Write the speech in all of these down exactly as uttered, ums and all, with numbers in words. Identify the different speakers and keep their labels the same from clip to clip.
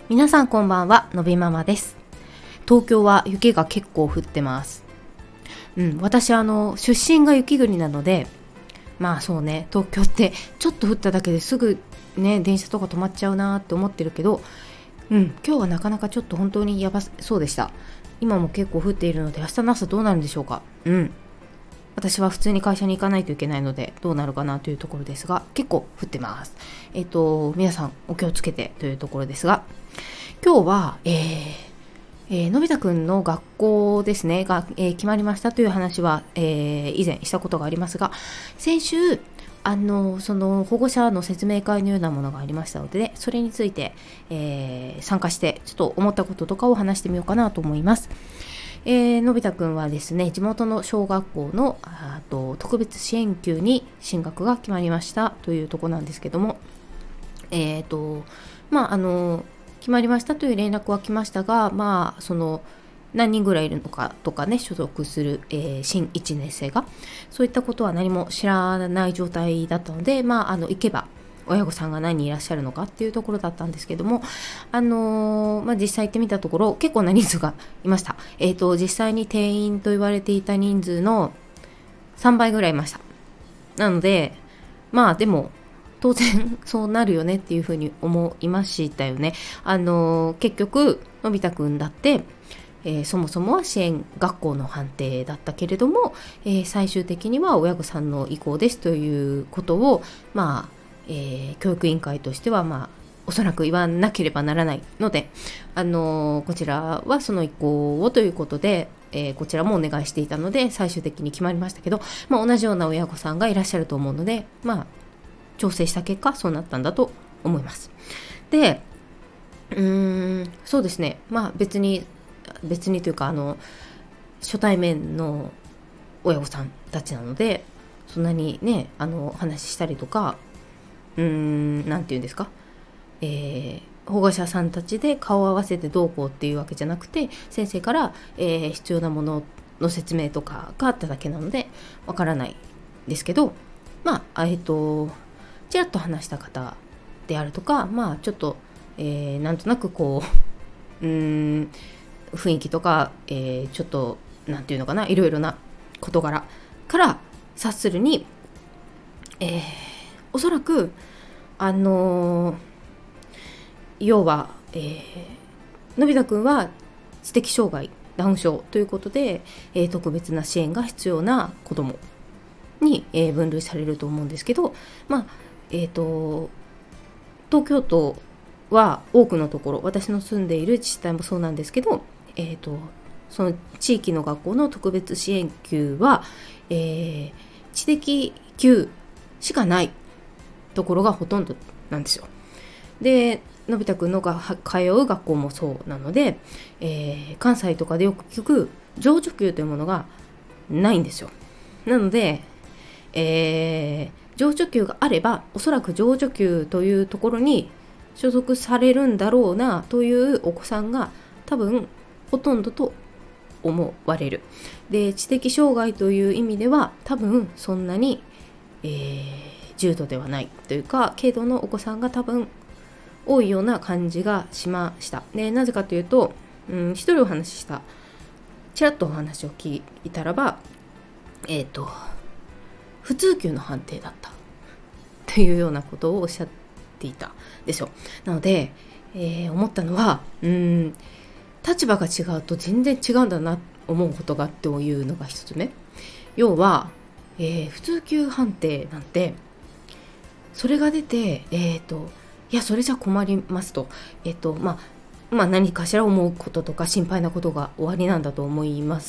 Speaker 1: 皆さんこんばんは、のびママです。東京は雪が結構降ってます。うん、私あの出身が雪国なので、まあそうね、東京ってちょっと降っただけですぐね電車とか止まっちゃうなって思ってるけど、うん、今日はなかなかちょっと本当にやばそうでした。今も結構降っているので、明日の朝どうなるんでしょうか。うん。私は普通に会社に行かないといけないのでどうなるかなというところですが、結構降ってます。えっと皆さんお気をつけてというところですが、今日は、えーえー、のび太くんの学校ですねが、えー決まりましたという話は、えー以前したことがありますが、先週あのその保護者の説明会のようなものがありましたので、それについて、えー参加してちょっと思ったこととかを話してみようかなと思います。えーのび太くんはですね、地元の小学校のあと特別支援級に進学が決まりましたというところなんですけども、えーとまああの決まりましたという連絡は来ましたが、まあその何人ぐらいいるのかとかね、所属する、えー新いちねん生がそういったことは何も知らない状態だったので、まああの行けば親御さんが何人いらっしゃるのかっていうところだったんですけども、あのーまあ、実際行ってみたところ結構な人数がいました。えーと実際に定員と言われていた人数のさんばいぐらいいました。なのでまあでも当然そうなるよねっていうふうに思いましたよね。あのー結局のび太くんだって、えーそもそもは支援学校の判定だったけれども、えー最終的には親御さんの意向ですということを、まあえー教育委員会としては、まあ、おそらく言わなければならないので、あのーこちらはその意向をということで、えーこちらもお願いしていたので最終的に決まりましたけど、まあ、同じような親御さんがいらっしゃると思うので、まあ、調整した結果そうなったんだと思います。で、うーんそうですね、まあ別に別にというか、あの初対面の親御さんたちなので、そんなにねあの話したりとか、うーんなんていうんですか、えー保護者さんたちで顔を合わせてどうこうっていうわけじゃなくて、先生から、えー必要なものの説明とかがあっただけなのでわからないですけど、まあえっ、とちらっと話した方であるとか、まあちょっと、えーなんとなくこううーん雰囲気とか、えーちょっとなんていうのかな、いろいろな事柄から察するに、えーおそらくあのー要は、えーのび太くんは知的障害ダウン症ということで、えー特別な支援が必要な子どもに、えー分類されると思うんですけど、まあえーと東京都は多くのところ、私の住んでいる自治体もそうなんですけど、えーとその地域の学校の特別支援級は、えー知的級しかないところがほとんどなんですよ。で、のび太くんのが通う学校もそうなので、えー関西とかでよく聞く情緒級というものがないんですよ。なので、えー情緒級があれば、おそらく情緒級というところに所属されるんだろうなというお子さんが多分ほとんどと思われる。で、知的障害という意味では多分そんなに、えー重度ではないというか、軽度のお子さんが多分多いような感じがしました。で、なぜかというと、うん、一人お話ししたちらっとお話を聞いたらば、えっ、と普通級の判定だったというようなことをおっしゃっていたんですよ。なので、えー思ったのは、うーん立場が違うと全然違うんだなと思うことがというのが一つ目。要は、えー普通級判定なんて、それが出て、えっ、といやそれじゃ困りますと、えっ、とまあまあ何かしら思うこととか心配なことが終わりなんだと思います。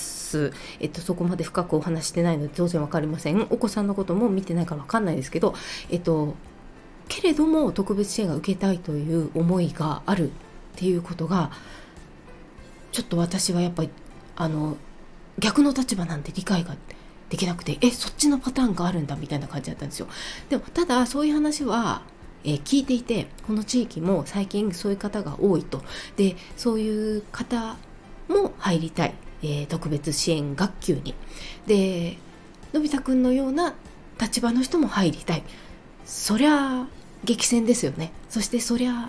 Speaker 1: えっとそこまで深くお話してないので当然わかりません。お子さんのことも見てないからわかんないですけど、えっとけれども特別支援が受けたいという思いがあるっていうことが、ちょっと私はやっぱりあの逆の立場なんて理解ができなくて、えそっちのパターンがあるんだみたいな感じだったんですよ。でもただそういう話は、えー聞いていて、この地域も最近そういう方が多いと。でそういう方も入りたい、えー特別支援学級に。でのび太くんのような立場の人も入りたい。そりゃ激戦ですよね。そしてそりゃ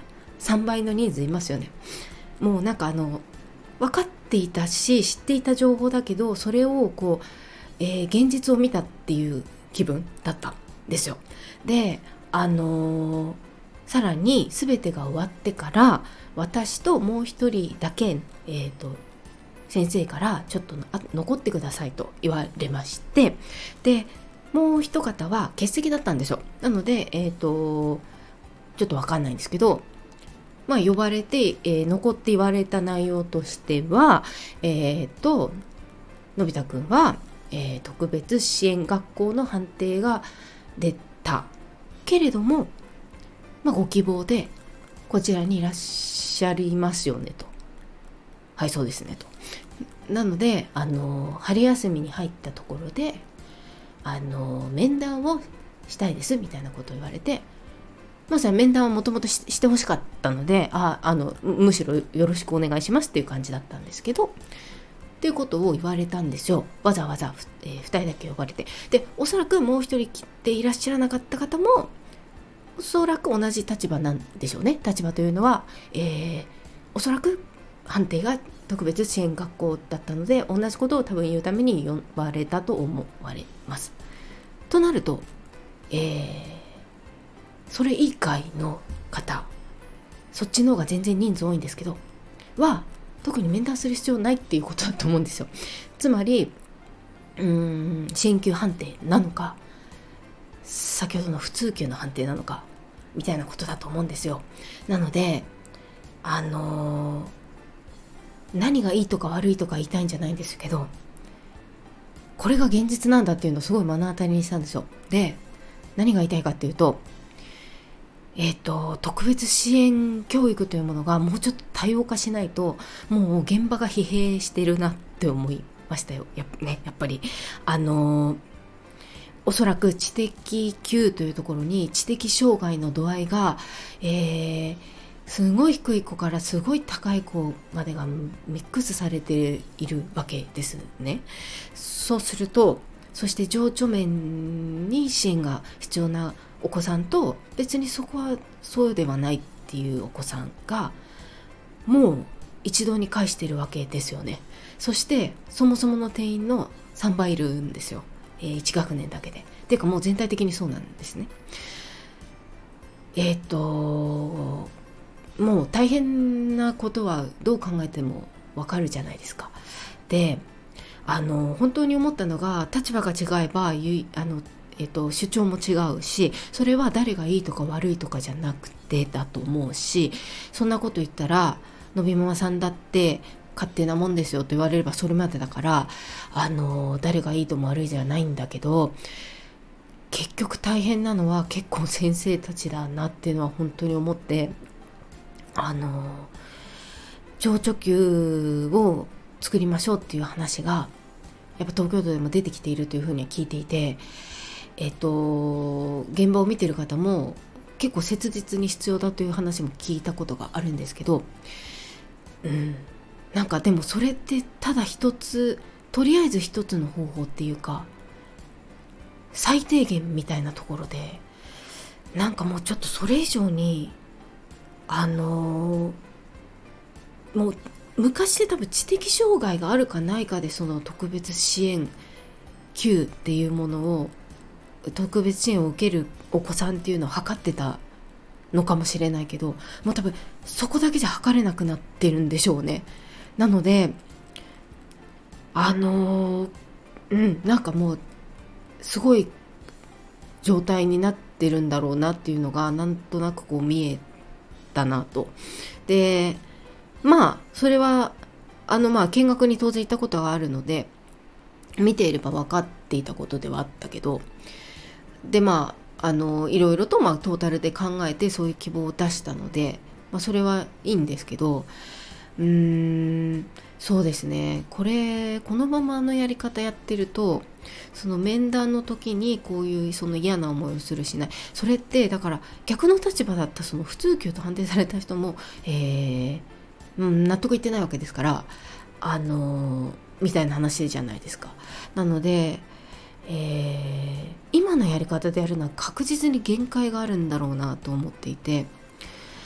Speaker 1: さんばいの人数いますよね。もうなんかあの分かっていたし知っていた情報だけど、それをこう、えー、現実を見たっていう気分だったんですよ。で、あのー、さらに全てが終わってから私ともう一人だけ、えーと、先生からちょっと残ってくださいと言われまして、でもう一方は欠席だったんですよ。なので、えーと、ちょっと分かんないんですけど、まあ、呼ばれて、えー、残って言われた内容としては、えーと、のび太くんは、えー、特別支援学校の判定が出たけれども、まあ、ご希望でこちらにいらっしゃいますよねと。はい、そうですねと。なので、あの春休みに入ったところで、あの面談をしたいですみたいなことを言われて、まずは面談はもともとしてほしかったので、ああのむしろよろしくお願いしますっていう感じだったんですけど、っていうことを言われたんですよ。わざわざ、えー、ふたりだけ呼ばれて、でおそらくもう一人来ていらっしゃらなかった方もおそらく同じ立場なんでしょうね。立場というのは、えー、おそらく判定が特別支援学校だったので、同じことを多分言うために呼ばれたと思われます。となると、えー、それ以外の方、そっちの方が全然人数多いんですけどは特に面談する必要ないっていうことだと思うんですよ。つまりうーん支援級判定なのか、先ほどの普通級の判定なのかみたいなことだと思うんですよ。なのであのー、何がいいとか悪いとか言いたいんじゃないんですけど、これが現実なんだっていうのをすごい目の当たりにしたんですよ。で、何が言いたいかっていうと、えっと、特別支援教育というものがもうちょっと多様化しないと、もう現場が疲弊してるなって思いましたよ。やっぱね、やっぱりあのー、おそらく知的級というところに知的障害の度合いが、えー、すごい低い子からすごい高い子までがミックスされているわけですね。そうすると、そして情緒面に支援が必要なお子さんと、別にそこはそうではないっていうお子さんがもう一堂に会しているわけですよね。そしてそもそもの定員のさんばいいるんですよ、えー、いち学年だけで。ていうかもう全体的にそうなんですね。えっともう大変なことはどう考えてもわかるじゃないですか。で、あの本当に思ったのが、立場が違えばあの、えっと、主張も違うし、それは誰がいいとか悪いとかじゃなくてだと思うし、そんなこと言ったらのびママさんだって勝手なもんですよと言われればそれまでだから、あの誰がいいとも悪いじゃないんだけど、結局大変なのは結構先生たちだなっていうのは本当に思って、あの情緒級を作りましょうっていう話がやっぱ東京都でも出てきているというふうには聞いていて、えっと現場を見ている方も結構切実に必要だという話も聞いたことがあるんですけど、うん、なんかでもそれってただ一つ、とりあえず一つの方法っていうか最低限みたいなところで、なんかもうちょっとそれ以上にあのー、もう昔で多分知的障害があるかないかでその特別支援級っていうものを、特別支援を受けるお子さんっていうのを測ってたのかもしれないけど、もう多分そこだけじゃ測れなくなってるんでしょうね。なのであのー、うんなんかもうすごい状態になってるんだろうなっていうのがなんとなくこう見えたなと。で、まあそれはあのまあ見学に当然行ったことがあるので見ていれば分かっていたことではあったけど、でまああのいろいろとまあトータルで考えてそういう希望を出したので、まあ、それはいいんですけど、うーんそうですね、これこのままのやり方やってると、その面談の時にこういうその嫌な思いをするしない、それってだから逆の立場だったその普通級と判定された人も、えーうん、納得いってないわけですから、あのー、みたいな話じゃないですか。なので、えー、今のやり方でやるのは確実に限界があるんだろうなと思っていて、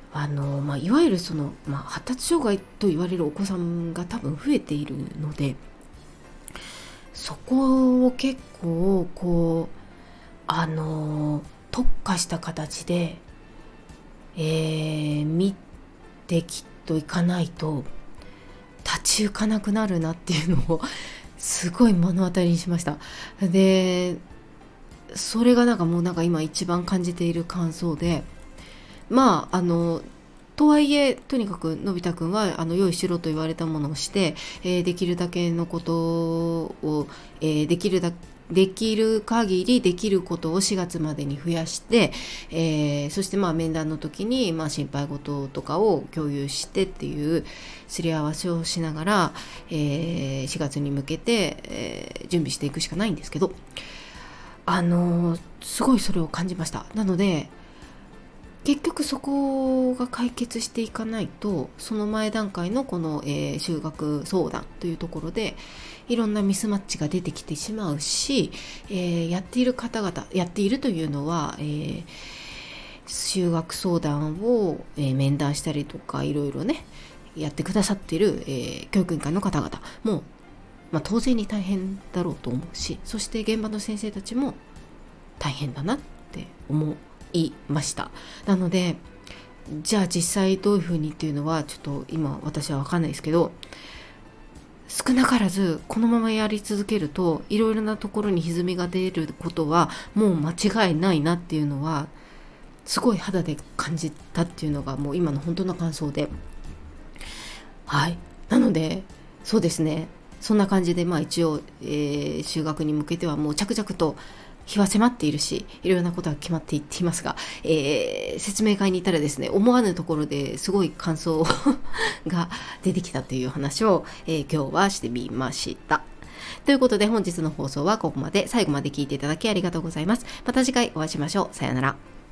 Speaker 1: あの、まあ、いわゆるその、まあ、発達障害と言われるお子さんが多分増えているので、そこを結構こうあの特化した形で、えー、見てきっといかないと立ち行かなくなるなっていうのをすごい目の当たりにしました。で、それがなんかもうなんか今一番感じている感想で、まああのとはいえとにかくのび太くんはあの用意しろと言われたものをして、えーできるだけのことを、えーできるだできる限りできることをしがつまでに増やして、えーそしてまあ面談の時にまあ心配事とかを共有してっていうすり合わせをしながら、えーしがつに向けて、えー準備していくしかないんですけど、あのーすごいそれを感じました。なので結局そこが解決していかないと、その前段階のこの、えー就学相談というところでいろんなミスマッチが出てきてしまうし、えーやっている方々、やっているというのは、えー就学相談を、えー面談したりとかいろいろねやってくださっている、えー教育委員会の方々も、まあ、当然に大変だろうと思うし、そして現場の先生たちも大変だなって思いました。なのでじゃあ実際どういう風にっていうのはちょっと今私は分かんないですけど、少なからずこのままやり続けるといろいろなところに歪みが出ることはもう間違いないなっていうのはすごい肌で感じたっていうのがもう今の本当の感想で、はい、なのでそうですね、そんな感じでまあ一応、えー就学に向けてはもう着々と日は迫っているし、いろいろなことが決まっていっていますが、えー説明会に行ったらですね、思わぬところですごい感想が出てきたという話を、えー今日はしてみました。ということで本日の放送はここまで。最後まで聞いていただきありがとうございます。また次回お会いしましょう。さようなら。